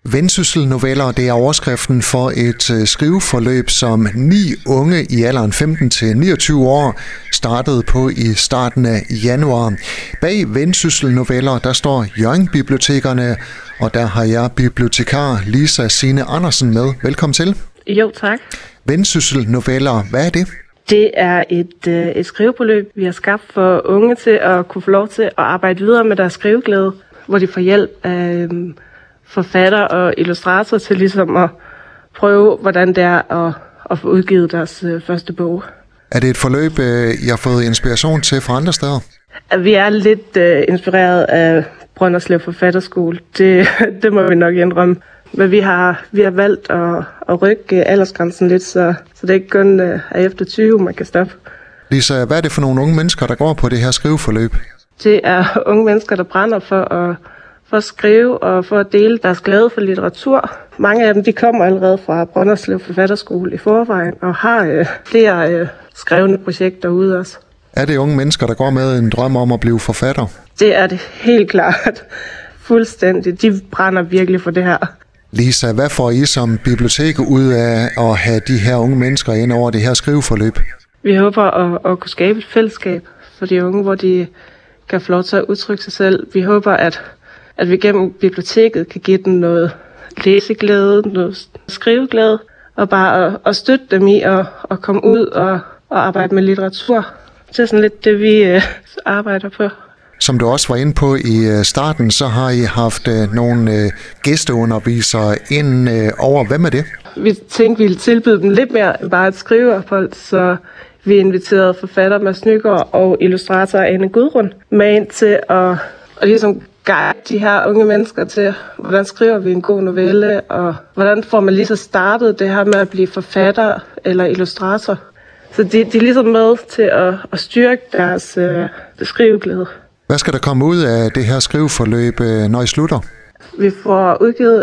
Vendsyssel-noveller, det er overskriften for et skriveforløb, som 9 unge i alderen 15 til 29 år startede på i starten af januar. Bag Vendsyssel-noveller, der står Hjørring-bibliotekerne, og der har jeg bibliotekar Lisa Signe Andersen med. Velkommen til. Jo, tak. Vendsyssel-noveller, hvad er det? Det er et skriveforløb, vi har skabt for unge til at kunne få lov til at arbejde videre med deres skriveglæde, hvor de får hjælp af forfatter og illustrator til ligesom at prøve, hvordan det er at få udgivet deres første bog. Er det et forløb, I har fået inspiration til fra andre steder? Vi er lidt inspireret af Brønderslev Forfatterskole. Det må vi nok indrømme. Men vi har valgt at rykke aldersgrænsen lidt, så det ikke kun er efter 20, man kan stoppe. Lisa, hvad er det for nogle unge mennesker, der går på det her skriveforløb? Det er unge mennesker, der brænder for at skrive og for at dele deres glæde for litteratur. Mange af dem de kommer allerede fra Brønderslev Forfatterskole i forvejen og har flere skrevne projekter ude også. Er det unge mennesker, der går med en drøm om at blive forfatter? Det er det helt klart. Fuldstændig. De brænder virkelig for det her. Lisa, hvad får I som bibliotek ud af at have de her unge mennesker ind over det her skriveforløb? Vi håber at kunne skabe et fællesskab for de unge, hvor de kan få lov til at udtrykke sig selv. Vi håber, at vi gennem biblioteket kan give dem noget læseglæde, noget skriveglæde, og bare at støtte dem i at komme ud og arbejde med litteratur. Det er sådan lidt det, vi arbejder på. Som du også var inde på i starten, så har I haft nogle gæsteundervisere ind over. Hvem er det? Vi tænkte, vi ville tilbyde dem lidt mere end bare et skriveophold, så vi inviterede forfatter Mads Nygaard og illustrator Anne Gudrun med ind til at ligesom guide de her unge mennesker til, hvordan skriver vi en god novelle, og hvordan får man lige så startet det her med at blive forfatter eller illustrator. Så de er ligesom med til at styrke deres skriveglæde. Hvad skal der komme ud af det her skriveforløb, når I slutter? Vi får udgivet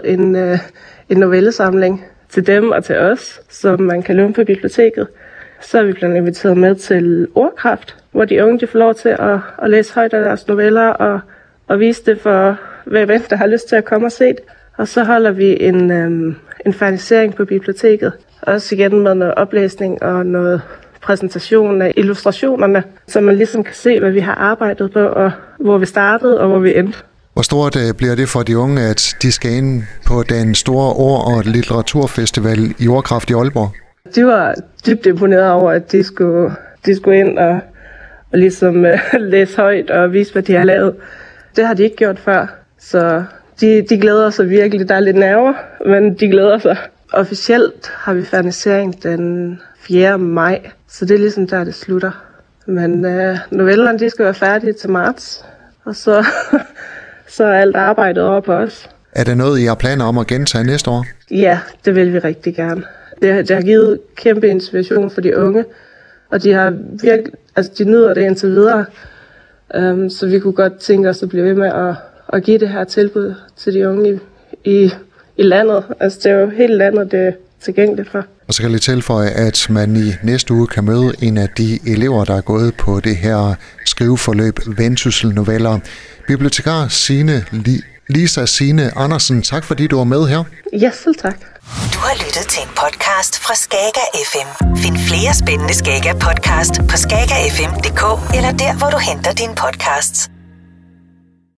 en novellesamling til dem og til os, som man kan låne på biblioteket. Så er vi blevet inviteret med til Ordkraft, hvor de unge de får lov til at læse højt af deres noveller og vise det for hvem der har lyst til at komme og se det. Og så holder vi en fernisering på biblioteket. Også igen med noget oplæsning og noget præsentation af illustrationerne, så man ligesom kan se, hvad vi har arbejdet på, og hvor vi startede og hvor vi endte. Hvor stort bliver det for de unge, at de skal ind på den store ord- og litteraturfestival i Ordkraft i Aalborg? De var dybt imponeret over, at de skulle ind og ligesom læse højt og vise, hvad de har lavet. Det har de ikke gjort før, så de glæder sig virkelig. Der er lidt nerver, men de glæder sig. Officielt har vi fernisering den 4. maj, så det er ligesom der, det slutter. Men novellerne de skal være færdige til marts, og så er alt arbejdet over på os. Er det noget, I har planer om at gentage næste år? Ja, det vil vi rigtig gerne. Det har givet kæmpe inspiration for de unge, og de har de nyder det indtil videre. Så vi kunne godt tænke os at blive ved med at give det her tilbud til de unge i landet. Altså det er jo hele landet, det er tilgængeligt for. Og så kan jeg tilføje, at man i næste uge kan møde en af de elever, der er gået på det her skriveforløb Vendsyssel-noveller. Bibliotekar Lisa Signe Andersen, tak fordi du var med her. Ja, selv tak. Du har lyttet til en podcast fra Skager FM. Find flere spændende Skager podcast på skagerfm.dk eller der, hvor du henter dine podcasts.